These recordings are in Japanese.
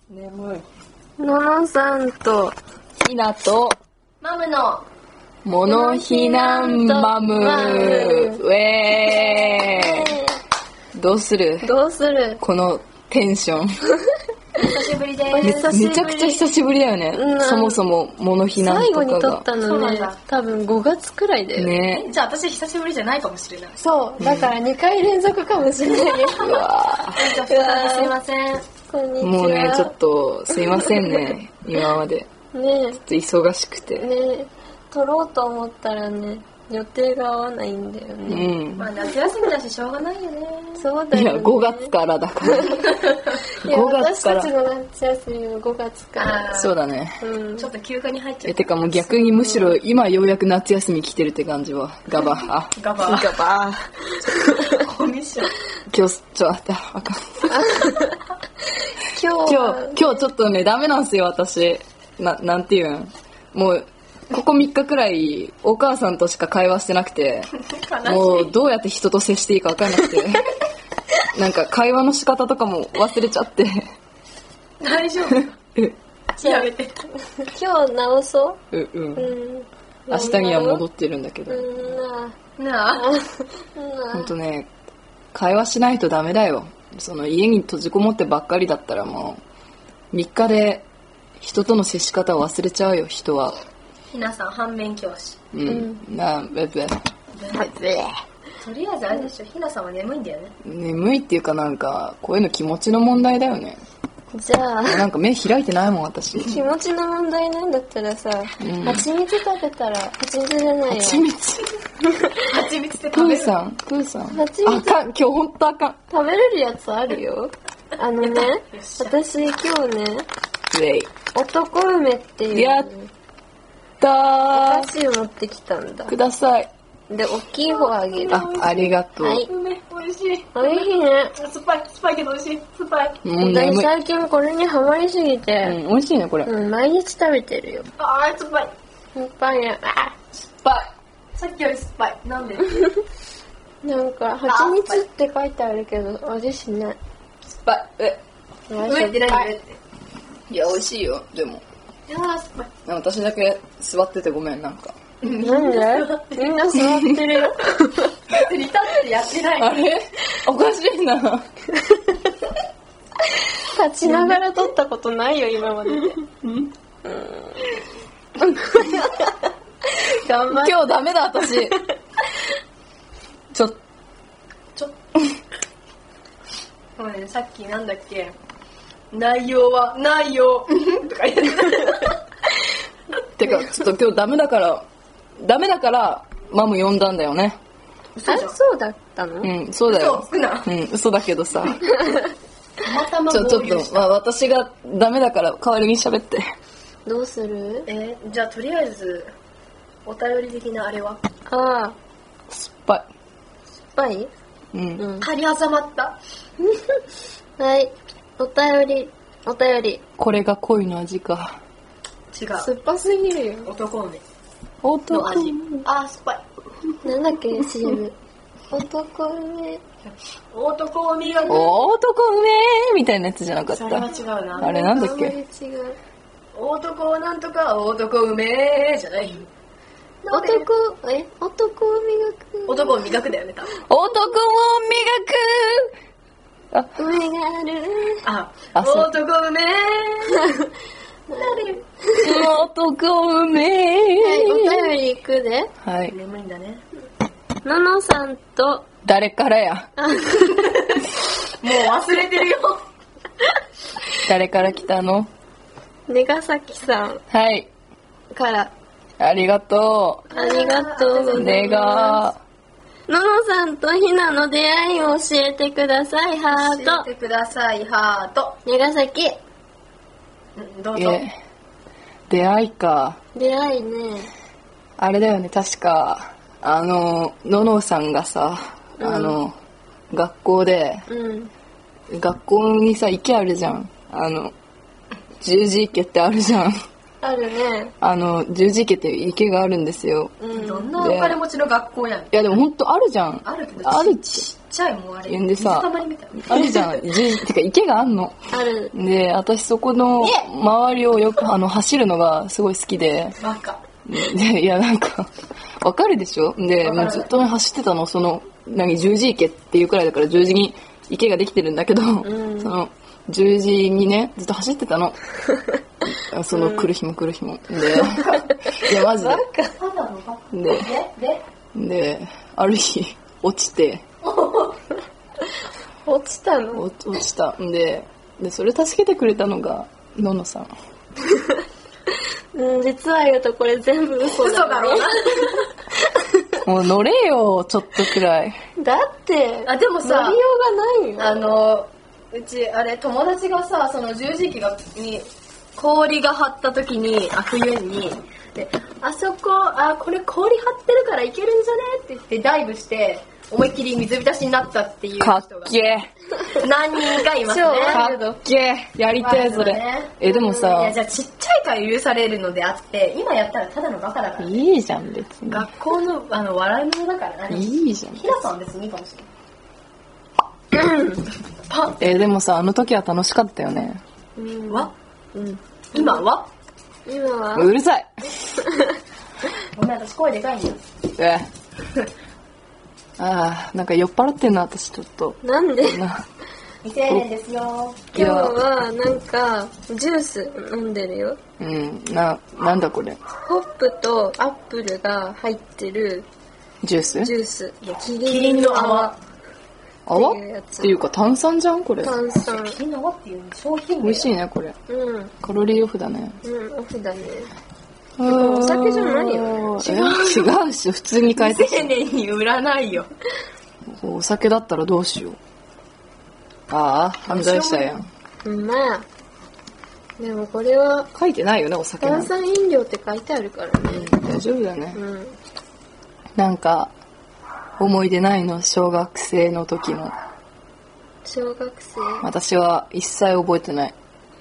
眠い。 ののさんとひなとマムのモノヒナンマム。ウェー。どうする？このテンション。 久しぶりです。 めちゃくちゃ久しぶりだよね。そもそもモノヒナンとかが。 最後に撮ったのね、多分5月くらいだよね。 じゃあ私久しぶりじゃないかもしれない。 そうだから2回連続かもしれないよ。 うわじゃあ再びすいません。 こんにちは。 もうねちょっとすいませんね今まで。 ねちょっと忙しくて。 ね撮ろうと思ったらね予定が合わないんだよね。 まあ夏休みだししょうがないよね。 そうだよね。 いや5月からだから。 いや 5月から。 私たちの夏休みは5月から。 そうだね。 ちょっと休暇に入っちゃう。 てかもう逆にむしろ今ようやく夏休み来てるって感じは。ガバ。 ガバコミッション。 今日ちょっとあかん。今日ちょっとねダメなんですよ私。なんていうん。もうここ3日くらいお母さんとしか会話してなくて、もうどうやって人と接していいか分かんなくて、なんか会話の仕方とかも忘れちゃって。 大丈夫？やめて。 今日直そう。 明日には戻ってるんだけど。 なあ。 ほんとね会話しないとダメだよ。その家に閉じこもってばっかりだったらもう3日で人との接し方を忘れちゃうよ人は。 ひなさん反面教師。 とりあえずあれでしょ、ひなさんは眠いんだよね。 眠いっていうかなんかこういうの気持ちの問題だよね。 じゃあなんか目開いてないもん私。 気持ちの問題なんだったらさ、蜂蜜食べたら蜂蜜じゃないよ。 蜂蜜ってプーさんあかん今日ほんとあかん。 食べれるやつあるよ。私今日ね男梅っていうやったーお菓子を持ってきたんだ。 ください。 で大きい方あげる。 ありがとう。 梅美味しい。 美味しいね。 酸っぱいけど美味しい。酸っぱい。 私最近これにハマりすぎて、 美味しいねこれ。 毎日食べてるよ。 酸っぱい。 酸っぱいね。 酸っぱい。 さっきより酸っぱい。なんで？ なんか蜂蜜って書いてあるけど味しない。 酸っぱい。 上って何？ いや美味しいよでも。 いや酸っぱい。 私だけ座っててごめんなんか。 なんで？みんな座ってるよ。 別に立ってやってない。 あれ？おかしいな。 立ちながら撮ったことないよ今までで。頑張って。 今日ダメだ私。 ごめんさっきなんだっけ。内容はないよとか言って。 てかちょっと今日ダメだからマム呼んだんだよね。 そうだったの？ そうだよ。嘘だけどさ。ちょっと私がダメだから代わりに喋って。 どうする？ じゃあとりあえずお便り的なあれは？ 酸っぱい。 酸っぱい？ 張り挟まった。 はい。お便り。 これが恋の味か。 違う。 酸っぱすぎるよ。 男梅。 の味。酸っぱい。 なんだっけ CM。男梅。 男梅が。 男梅みたいなやつじゃなかった。 それは違うな。 あれなんだっけ？ 違う。 男なんとか男梅じゃない。 男を磨く。 男を磨くだよね多分。 男を磨く。 梅がある。 男梅。 男梅。 はい、お便り行くで。 はい。 眠いんだね。 ののさんと誰からや。 もう忘れてるよ。 誰から来たの？ ネガサキさん。 はい。 から。 ありがとう。 ありがとうございます。 ネガ。 ののさんとひなの出会いを教えてください。ハート。 教えてください。ハート。 ネガサキ。 どうぞ。 出会いか。 出会いね。 あれだよね確かののさんがさ学校で、学校にさ池あるじゃん。十字池ってあるじゃん。 あるね。 十字池っていう池があるんですよ。 どんなお金持ちの学校やん。いやでも本当あるじゃん。 あるけどあるちっちゃいもんあれ。 でさ水たまりみたいあるじゃんてか池があんの。 ある。 で私そこの周りをよく走るのがすごい好きで。 バカ。 でいやなんかわかるでしょ。でもうずっと走ってたの。その十字池っていうくらいだから十字に池ができてるんだけど、その十字にねずっと走ってたの。その来る日もでいやマジである日落ちて落ちたの？ 落ちたんでそれ助けてくれたのがののさん。 実は言うとこれ全部嘘だろうな。 もう乗れよちょっとくらい。 だってでもさ乗りようがないよ。 うちあれ友達がさその十字キに氷が張った時に冬にであそここれ氷張ってるからいけるんじゃねって言ってダイブして思いっきり水浸しになったっていう人がかっけ何人かいますね。 かっけやりてえそれ。でもさいやじゃあちっちゃいから許されるのであって今やったらただのバカだから、 いいじゃん別に。 学校の笑い物だからね。 いいじゃん。 ひなさん別にいいかもしれないでもさあの時は楽しかったよね。 今はうるさい。 ごめん私声でかいんだ。 なんか酔っ払ってんな私ちょっと。 なんで？ 未成年ですよ。 今日はなんかジュース飲んでるよ。 なんだこれ。 ホップとアップルが入ってるジュース。 キリンの泡。 泡っていうか炭酸じゃんこれ。 炭酸。 キリンの泡っていう商品名。 美味しいねこれ。カロリーオフだね。 オフだね。お酒じゃないよ。 違うし普通に変えて。 未成年に売らないよ。 お酒だったらどうしよう。犯罪者やん。 まあでもこれは書いてないよねお酒なんて。 炭酸飲料って書いてあるからね。 大丈夫だね。なんか思い出ないの小学生の時の。 小学生？ 私は一切覚えてない。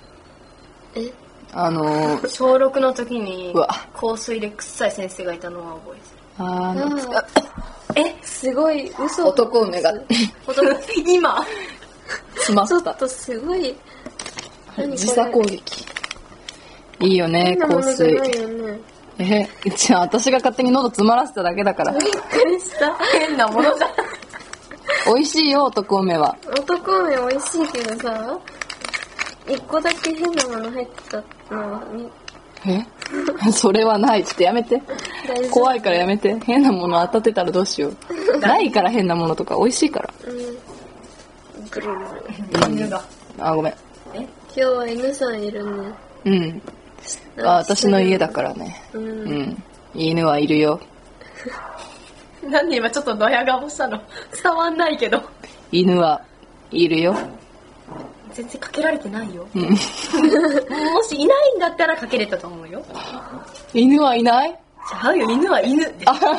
小6の時に香水で臭い先生がいたのは覚えてる。 すごい嘘。 男梅が今詰まった。 ちょっとすごい時差攻撃。いいよね香水。じゃあ私が勝手に喉詰まらせただけだから。 びっくりした。 変なものじゃん。 美味しいよ男梅は。 男梅美味しいけどさ一個だけ変なもの入ってたのはそれはない。ちょっとやめて。怖いからやめて。変なもの当たってたらどうしよう。ないから変なものとか美味しいから。 ぐるぐる。 犬が。 ごめん。 今日は犬さんいるね。 私の家だからね。犬はいるよ。 なんで今ちょっとドヤ顔したの？伝わんないけど。 犬はいるよ。 全然かけられてないよ。もしいないんだったらかけれたと思うよ。 犬はいない？ 違うよ、犬は犬。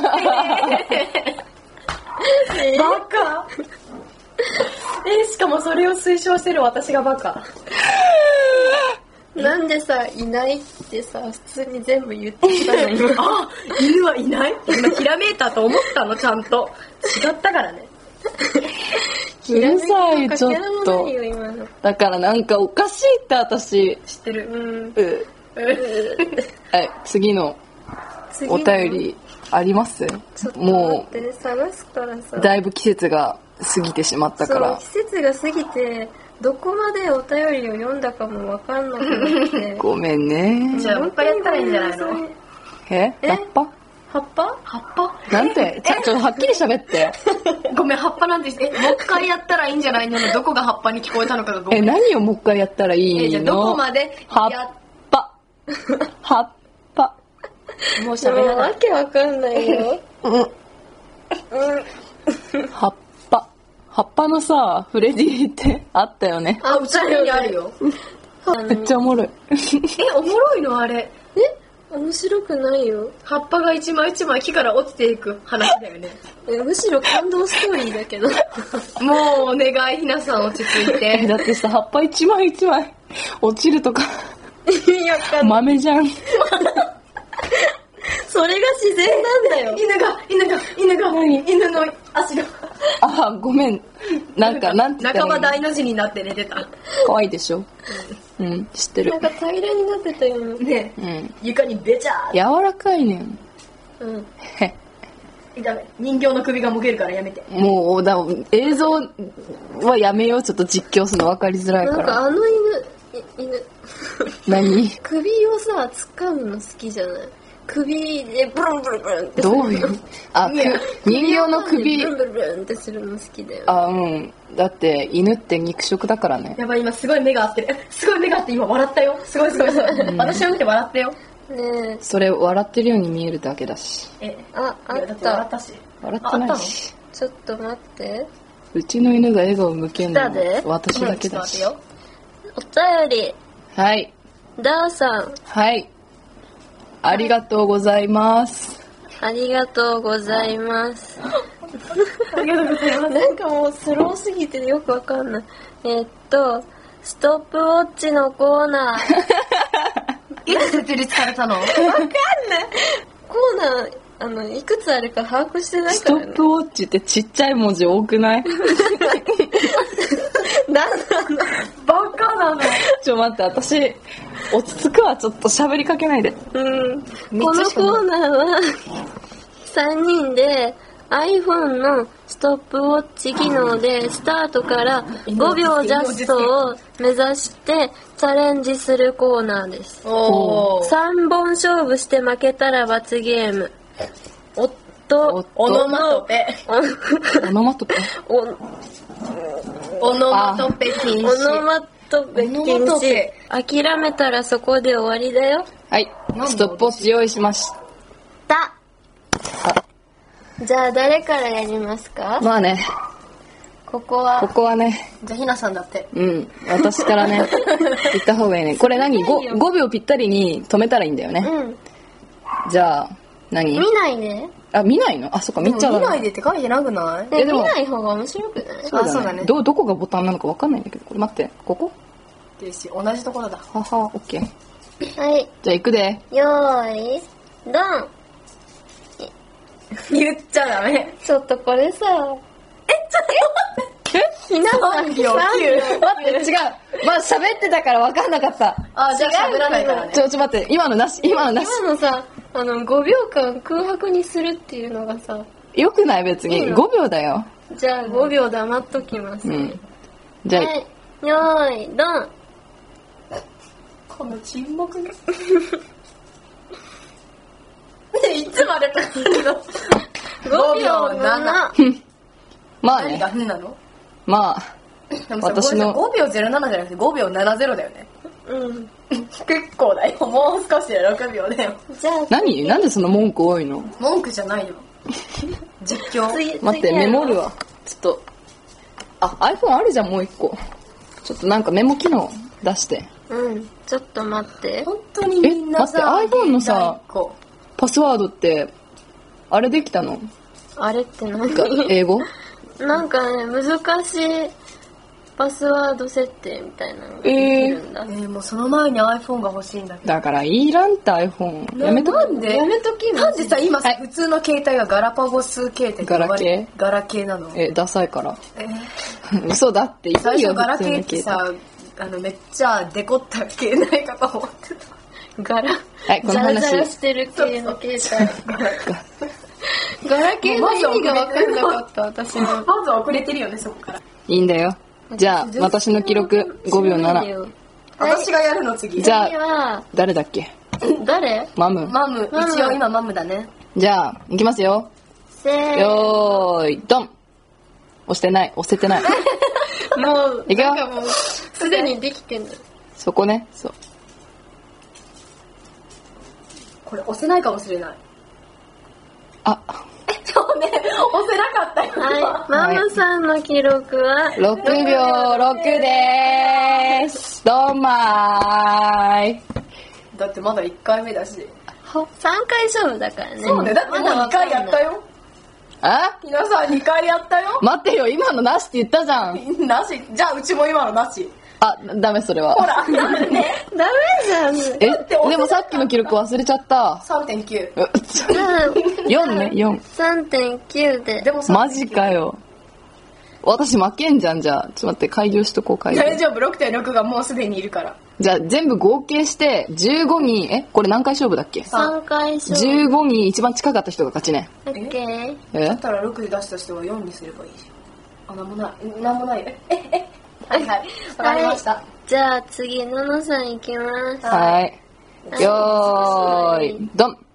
バカ。しかもそれを推奨してる私がバカ。 なんでさいないってさ普通に全部言ってたの今。 犬はいない？今ひらめいたと思ったのちゃんと。違ったからね。 うるさいちょっと。だからなんかおかしいって私。 知ってる。 次のお便りあります？もう探すからさ。 だいぶ季節が過ぎてしまったから。 季節が過ぎてどこまでお便りを読んだかも分かんなくなって。 ごめんね。 じゃあもう一回やったらいいんじゃないの？ 葉っぱなんてちょっとはっきり喋って。 ごめん葉っぱなんてもう一回やったらいいんじゃないの？どこが葉っぱに聞こえたのかがごめん。 何をもう一回やったらいいの？ じゃあどこまで葉っぱもう喋らない。 わけわかんないよ。 葉っぱのさフレディってあったよね。 うちにあるよ。 めっちゃおもろい。 おもろいのあれ。 面白くないよ。 葉っぱが一枚一枚木から落ちていく話だよね。 むしろ感動ストーリーだけど。 もうお願いひなさん落ち着いて。 だってさ葉っぱ一枚一枚落ちるとか豆じゃん。 それが自然なんだよ。 犬の足があ、ごめん。なんて言ったらいいの？ 半ば大の字になって寝てた。 可愛いでしょ？うん、知ってる。 なんか平らになってたよね。 ね、 うん。 床にべちゃー。 柔らかいねん。 うん。 へ。 ダメ。人形の首がもげるからやめて。 もう映像はやめよう。ちょっと実況するの分かりづらいから。 なんか犬何？ 首をさ掴むの好きじゃない？首でブルンブルンブルンってどういう？あ、人形の首。 ブルンブルンブルンってするの好きだよ。 あ、うん。だって犬って肉食だからね。 やばい、今すごい目が合ってる。すごい目が合って今笑ったよ。すごい。私を見て笑ったよ。 ねえ。 それ笑ってるように見えるだけだし。 あだって笑ったし。 笑ってないし。 ちょっと待って。 うちの犬が笑顔向けるのは私だけだし。 ちょっと待お便り。 はい。 ダーさん。 はい。ありがとうございます。 ありがとうございます。 ありがとうございます。 なんかもうスローすぎてよくわかんない。ストップウォッチのコーナー。 いつ設立されたの？わかんない。 コーナー、いくつあるか把握してないスからね。 トップウォッチってちっちゃい文字多くない？ なんなの？ バカなの。 ちょ待って、私落ち着くわ。ちょっと喋りかけないで。 このコーナーは3人で iPhone のストップウォッチ機能でスタートから5秒ジャストを目指してチャレンジするコーナーです。 おー。 3本勝負して負けたら罰ゲーム。 オノマトペ。 オノマトペ。 オノマトペ禁止。 オノマトペ禁止。諦めたらそこで終わりだよ。 はい。ストップウォッチ用意しました。 じゃあ誰からやりますか？ まあね。 ここはね。 じゃあひなさんだって。 うん。私からね。言った方がいいね。これ何 5 秒ぴったりに止めたらいいんだよね。 うん。 じゃあ、何？ 見ないで。 あ、見ないの？あ、そっか、見ちゃう。 見ないでって書いてなくない？ でも見ない方が面白くない？ そうだね。 どこがボタンなのかわかんないんだけど、これ待って、ここ？ です同じところだ。 はは、オッケー。 はい。 じゃあ行くで。 よーい、ドン。 言っちゃダメ。 ちょっとこれさ。ひなさん 3秒9。 待って、違う。まあ喋ってたからわかんなかった。 あ、じゃあ喋らないからね。 ちょっと待って、今のなし。 今のさ、5秒間空白にするっていうのがさ。 よくない別に。 いいの 5秒だよ。 じゃあ5秒黙っときます。 うん。じゃあ、 はい。よーい、ドン。 この沈黙が。いつまでかけど。5秒7。 まあね何が。なの？ まあ、 でもさ、 私の 5秒07じゃなくて5秒70だよね。 うん。 結構だよ。もう少しで6秒だよ。 じゃあなんでその文句多いの？ 文句じゃないよ。実況。 待って、メモるわ。ちょっと。あ、iPhone あるじゃん、もう一個。ちょっとなんかメモ機能出して。 うん。ちょっと待って。 本当にみんなさ、 待って iPhone のさパスワードって、あれできたの？ あれって何？ 英語？ なんかね、難しいパスワード設定みたいなのができるんだ。 もうその前に iPhone が欲しいんだけど。 だからいらんって iPhone。やめとなんで？ やめときなんでさ、今さ、 はい普通の携帯がガラパゴス携帯って呼ばれガラケーなの？ ダサいから。嘘だって。 最初ガラケー普通ってさ、めっちゃデコった携帯かと思ってた。 ガラ、 はい、このザラザラ話。 してる系の携帯。ガラケーの意味が分かんなかった、私も。 まず遅れてるよね、そこから。 いいんだよ。じゃあ、私の記録5秒7。 私がやるの次。 じゃあ次は、 誰だっけ？ 誰？ マム。 マム。一応今マムだね。 じゃあ、いきますよ。 せーよーい、ドン。押せてない。 もう、 いくよ。 なんかもう、すでにできてんだ。 そこね。そう。 これ押せないかもしれない。 あ、 そうね、押せなかったよ。 はい、マムさんの記録は、 6秒6でーす。どんまーい。 だってまだ1回目だし。 3回勝負だからね。 そうね、だってもう2回やったよ。 あ？ 皆さん2回やったよ。 待ってよ、今のなしって言ったじゃん。 なし。じゃあうちも今のなし。 あ、ダメそれは。 ほら、ね。 ダメじゃん。 でもさっきの記録忘れちゃった。 3.9。 4ね、4。 3.9で。 でもマジかよ。 私負けんじゃん。じゃあちょっと待って、開業しとこう。開業大丈夫、6.6 がもうすでにいるから。 じゃあ全部合計して15にこれ何回勝負だっけ 3回勝負。 15に一番近かった人が勝ちね。 オッケー。 だったら6で出した人は4にすればいいじゃん。あ、なんもない。はいはい、わかりました。 じゃあ次、ののさんいきます。 はい。よーい、ドン。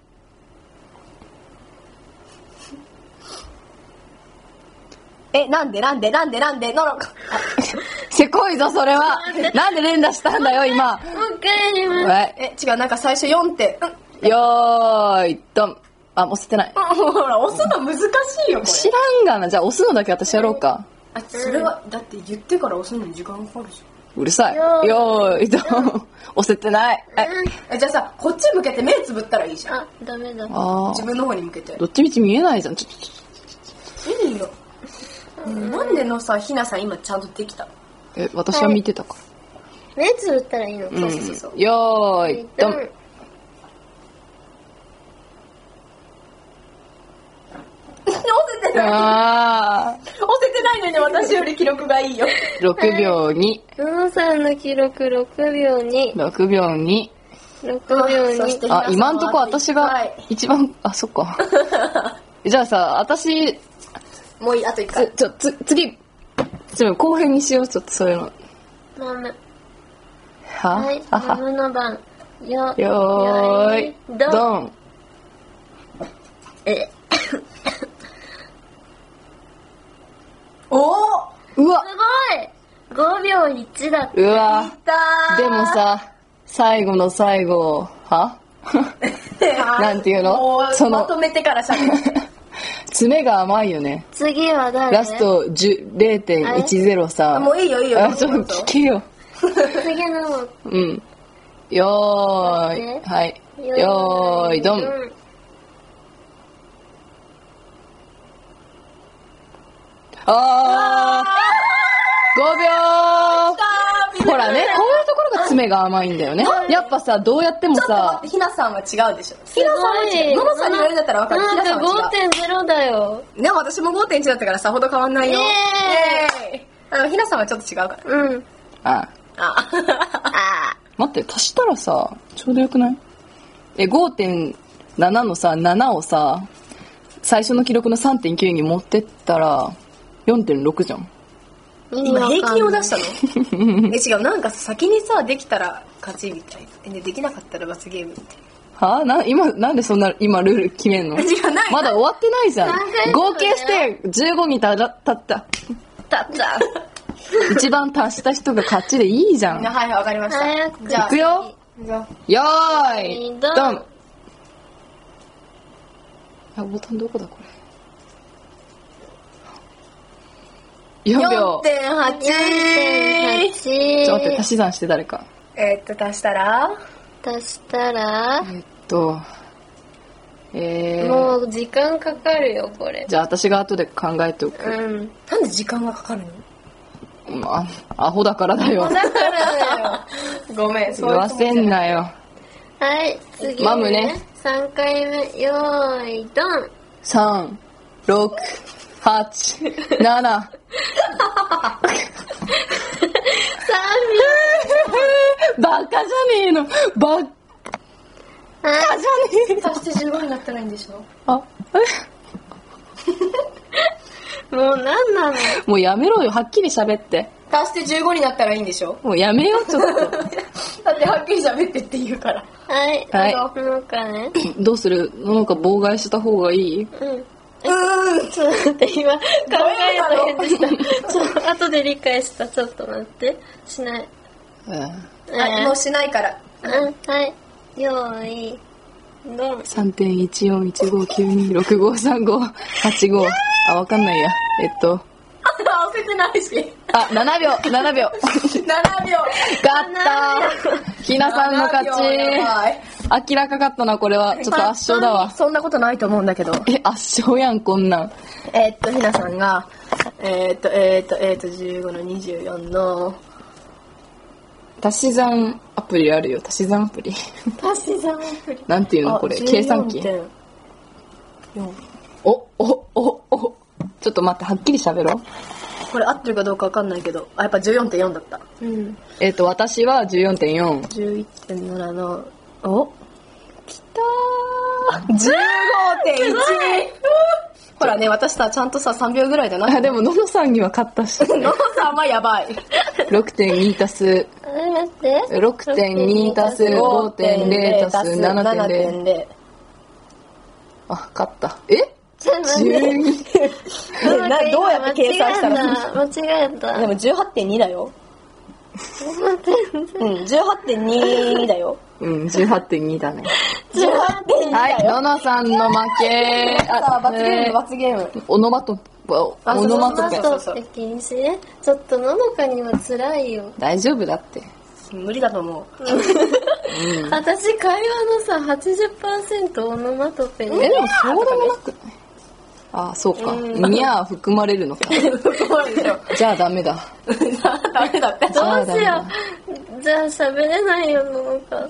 なんでのの。 せこいぞ、それは。なんで連打したんだよ、今。 もう一回やります。 はい。 違う、なんか最初4って。 よーい、ドン。あ、押せてない。 ほら、押すの難しいよ、これ。 知らんがな。じゃあ押すのだけ私やろうか。 それは、だって言ってから押すのに時間かかるじうるさい。よーい、ドン。押せてない。 ゃん。じゃあさ、こっち向けて目つぶったらいいじゃん。 あ、ダメだ。 自分の方に向けて。 どっちみち見えないじゃん。ちょっいいよ。なんでのさ、ひなさん今ちゃんとできたの？ 私は見てたか目つぶったらいいの。 ら。よーい、ドン。 押せてない。 あ押せてないのに私より記録がいいよ。 ー。6秒2。 ののさんの記録6秒2。 6秒2。 6秒2。 あ、今んとこ私が一番、あ、そっか。じゃあさ、私、 もういい、あと1回。 次、後編にしよう、ちょっとそういうの。 豆。 ははい、 はは。 豆の番。よーい、ドン。 おお、 うわ、 すごい !5 秒1だって。 うわ。 だでもさ、最後の最後、なんていうのそのまとめてからしゃべる。 爪が甘いよね。 次は誰？ ラスト 0.10 さ。 もういいよいいよ。 あ、ちょっと聞けよ。 次の。 うん。よーい。はい。よーい、ドン。あー、5秒。ほらね、こういうところが爪が甘いんだよね。やっぱさ、どうやってもさ、 ひなさんは違うでしょ。ひなさんは違う。ののさんに言われるんだったら分かる。ひなさんは違う。 5.0 だよ。 でも私も 5.1 だったからさほど変わんないよ。ひなさんはちょっと違うから。 うん。 あ、待って、足したらさ、ちょうどよくない？ 5.7 のさ、7をさ、最初の記録の 3.9 に持ってったら 4.6 じゃん。 今平均を出したの？違う、なんか先にさできたら勝ちみたいな。できなかったら罰ゲームみたいな。 今なんでそんな今ルール決めんの？ 違う、ない。 まだ終わってないじゃん。合計して15にたった。一番足した人が勝ちでいいじゃん。 はい、わかりました。 じゃあいくよ。よーい、ドン。ボタンどこだこれ。4秒。 4.8。 ちょっと待って、足し算して誰か。 足したらもう時間かかるよこれ。 じゃあ私が後で考えておく。 なんで時間がかかるの？ アホだからだよ。 だからだよ。ごめん、 言わせんなよ。 はい、次マムね。 3回目、よーい、ドン。 3、6、8、7。バカじゃねえの。バカじゃねえ。 足して15になったらいいんでしょ？ あ、 もうなんなの？ もうやめろよ。はっきり喋って。 足して15になったらいいんでしょ？ もうやめよう、ちょっと。 だってはっきり喋ってって言うから。 はい、 はい。 なんかね。 どうする？なんか妨害した方がいい？ ちょっと待って、今考えた変でした。後で理解した。ちょっと待って。しない。 もうしないから。 はい。よーい。ドン。 3.141592653585。あ、わかんないや。 押せてないし。 あ、7秒。 7秒。 勝ったひなさんの勝ち。明らかかったな、これは。ちょっと圧勝だわ。 そんなことないと思うんだけど。 圧勝やん、こんなん。 ひなさんが、15の24の、 足し算アプリあるよ。足し算アプリ。 足し算アプリ。 なんていうのこれ。計算機。お。ちょっと待って、はっきり喋ろう。 これ合ってるかどうかわかんないけど、やっぱ 14.4 だった。 私は 14.4。 11.7 の、きたー 15.1 ほらね、私さ、ちゃんとさ、3秒ぐらいだな。 でも、ののさんには勝ったし。 ののさんはやばい。 6.2 足す、 待って。 6.2 足す 5.0 足す 7.0。あ、勝った。12。 どうやって計算したの？ 間違えた。 でも 18.2 だよ。18.2 だよ。 18.2 だね。 18.2 はい、ののさんの負け。 さあ、罰ゲーム。 オノマトペ。 禁止。ちょっとののかには辛いよ。 大丈夫だって。 無理だと思う。 私、会話のさ、80% オノマトペ。 でもそうでもなくない？あ、そうか。にゃー含まれるのか。じゃあダメだ。 ダメだって。 どうしよう。じゃあ喋れないよ、ののか。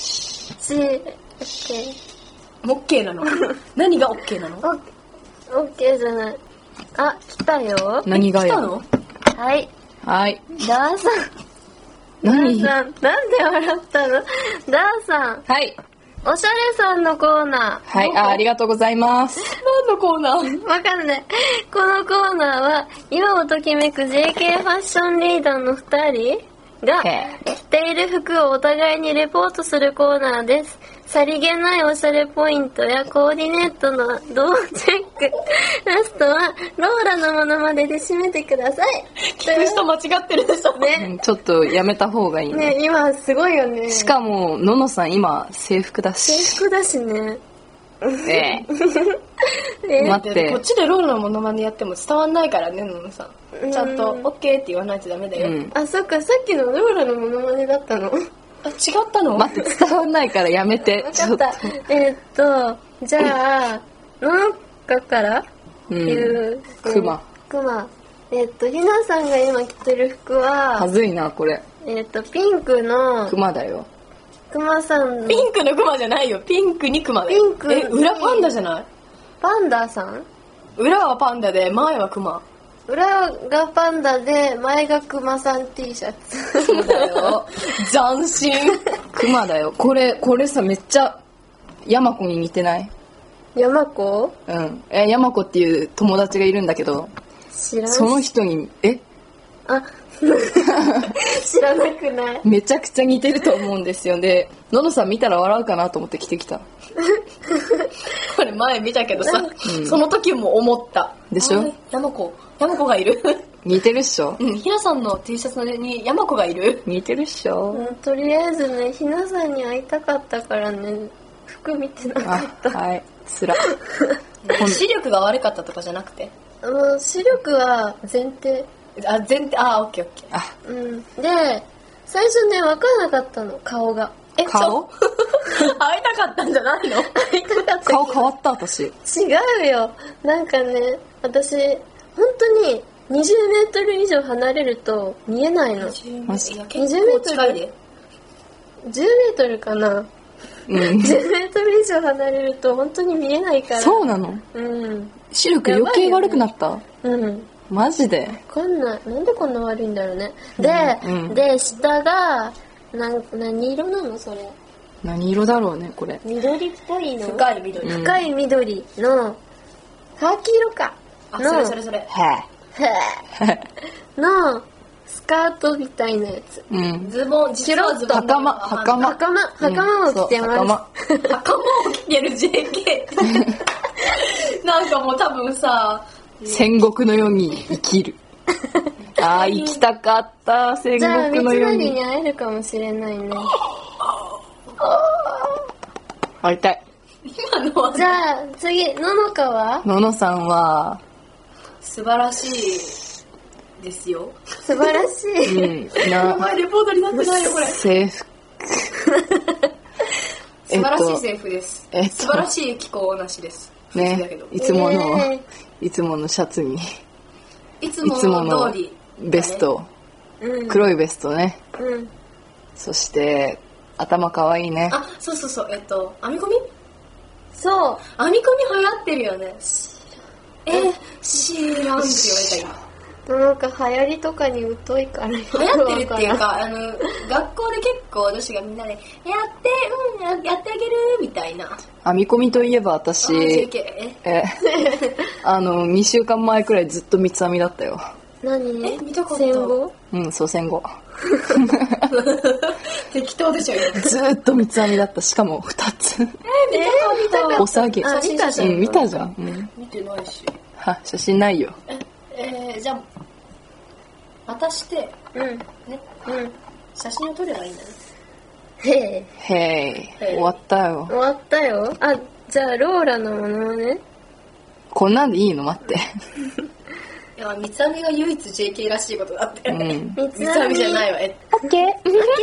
オッケーなの？何がオッケーなの？ オッケーじゃない。あ、来たよ。 何がや？ はい。 はい。 ダーさん。 何？ なんで笑ったの？ダーさん。 はい。 おしゃれさんのコーナー。 はい、ありがとうございます。 何のコーナー？ わかんない。このコーナーは、今をときめく JK ファッションリーダーの2人が着ている服をお互いにレポートするコーナーです。さりげないおしゃれポイントやコーディネートの同チェック。ラストはローラのものまでで締めてください。 聞く人間違ってるでしょ。 ね。 ちょっとやめた方がいいね。 ね、今すごいよね。 しかもののさん今制服だし。 制服だしね。 待って。 こっちでローラのものまねやっても伝わんないからね、ののさん。ちゃんとオッケーって言わないとダメだよ。 あ、そっか、さっきのローラのものまねだったの？ 違ったの？ 待って、伝わんないからやめて。 分かった。じゃあ、ののかから言う。 クマ。 ひなさんが今着てる服は、 はずいな、これ。 ピンクの、 クマだよ。 クマさんの。 ピンクのクマじゃないよ。ピンクにクマだよ。 裏パンダじゃない？ パンダさん？ 裏はパンダで、前はクマ。 裏がパンダで前がクマさん T シャツ。 そうだよ。斬新。 クマだよ。これさめっちゃヤマコに似てない？ ヤマコ？ うん。ヤマコっていう友達がいるんだけど、 知らん。 その人にあ知らなくない？ めちゃくちゃ似てると思うんですよ。で、ののさん見たら笑うかなと思って着てきた。 これ前見たけどさ、その時も思ったでしょ。 ヤマコがいる。 似てるっしょ。 ひなさんの T シャツにヤマコがいる。 似てるっしょ。 とりあえずね、ひなさんに会いたかったからね、服見てなかった。 はい、つら。 視力が悪かったとかじゃなくて、 視力は前提。 オッケーオッケー。で、最初ね、分からなかったの、顔が。 顔？ 会いたかったんじゃないの？ 会いたかった。 顔変わった。私。 違うよ。なんかね、私本当に20メートル以上離れると見えないの。 20 メートルで10メートルかな。10メートル以上離れると本当に見えないから。 そうなの？視力余計悪くなった？マジで？ わかんない。なんでこんな悪いんだろうね。で、下が何色なのそれ？ 何色だろうねこれ。 緑っぽいの。 深い緑のカーキ色か。 それ。 のスカートみたいなやつ。 ズボン、 実はズボン。袴を着てます。袴を着てる JK。なんかもう多分さ、 戦国のように生きる。生きたかった。戦国のように。 じゃあ三成に会えるかもしれないね。 会いたい。 今のは。 じゃあ次、ののかは？ ののさんは素晴らしいですよ。 素晴らしい。 お前レポートになってないよこれ。 制服。 素晴らしい制服です。素晴らしい気候なしです。 ね、いつものシャツにいつもの通りベスト、黒いベストね。そして頭可愛いね。 そう編み込み？ そう。 編み込み流行ってるよね。知らんって言われた今。 なんか流行りとかに疎いから。流流行ってるっていうか、学校で結構女子がみんなで、やってあげるみたいな。 編み込みといえば私、2週間前くらいずっと三つ編みだったよ。 何？ 見たこと戦後？ そう、戦後。 適当でしょ、 ずっと三つ編みだった。しかも2つ。 見たお下げ。 見たじゃん。 見たじゃん。 見てないし。 写真ないよ。 じゃあ渡してね、写真を撮ればいいんだね。 へ終わったよ。 終わったよ。あ、じゃあローラのものね。 こんなんでいいの？待って。 いや、三つ編みが唯一 JK らしいことだって。三つ三編みじゃないわ。 オッケ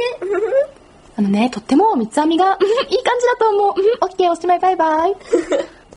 ー。とっても三つ編みがいい感じだと思う。オッケー、おしまい、バイバイ。